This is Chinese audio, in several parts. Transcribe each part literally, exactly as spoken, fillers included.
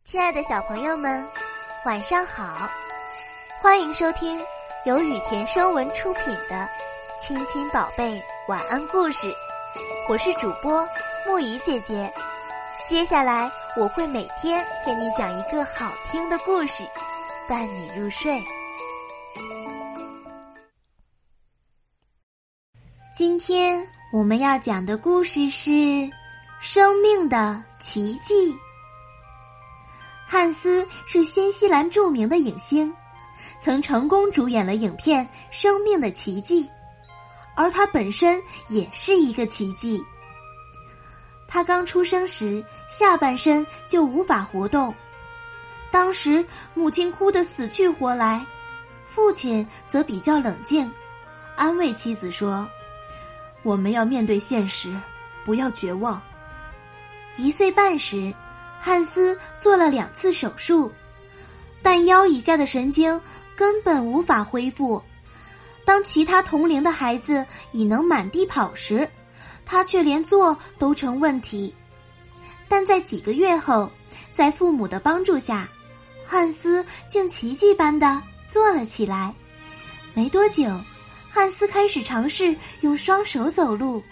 亲爱的小朋友们，晚上好！欢迎收听由雨田声文出品的《亲亲宝贝晚安故事》，我是主播木怡姐姐。接下来我会每天给你讲一个好听的故事，伴你入睡。今天我们要讲的故事是《生命的奇迹》。汉斯是新西兰著名的影星，曾成功主演了影片《生命的奇迹》，而他本身也是一个奇迹。他刚出生时，下半身就无法活动，当时母亲哭得死去活来，父亲则比较冷静，安慰妻子说：“我们要面对现实，不要绝望。”一岁半时，汉斯做了两次手术，但腰以下的神经根本无法恢复。当其他同龄的孩子已能满地跑时，他却连坐都成问题。但在几个月后，在父母的帮助下，汉斯竟奇迹般地坐了起来。没多久，汉斯开始尝试用双手走路。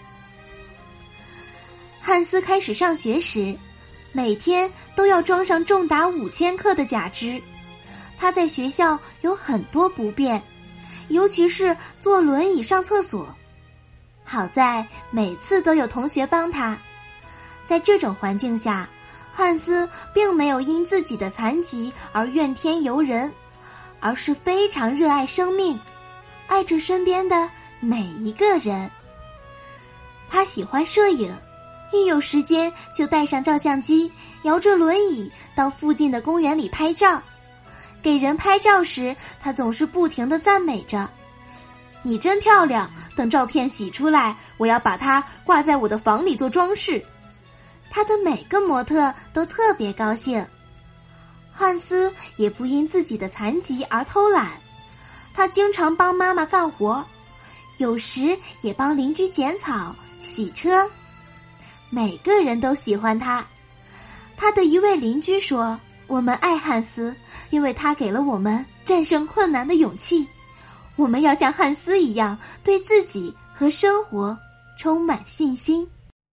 汉斯开始上学时，每天都要装上重达五千克的假肢，他在学校有很多不便，尤其是坐轮椅上厕所。好在每次都有同学帮他。在这种环境下，汉斯并没有因自己的残疾而怨天尤人，而是非常热爱生命，爱着身边的每一个人。他喜欢摄影，一有时间就带上照相机，摇着轮椅到附近的公园里拍照。给人拍照时，他总是不停地赞美着：“你真漂亮，等照片洗出来，我要把它挂在我的房里做装饰。”他的每个模特都特别高兴。汉斯也不因自己的残疾而偷懒，他经常帮妈妈干活，有时也帮邻居剪草、洗车。每个人都喜欢他。他的一位邻居说：“我们爱汉斯，因为他给了我们战胜困难的勇气。我们要像汉斯一样，对自己和生活充满信心。”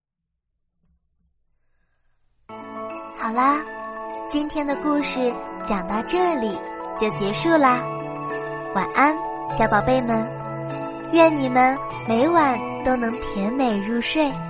好啦，今天的故事讲到这里就结束啦。晚安，小宝贝们，愿你们每晚都能甜美入睡。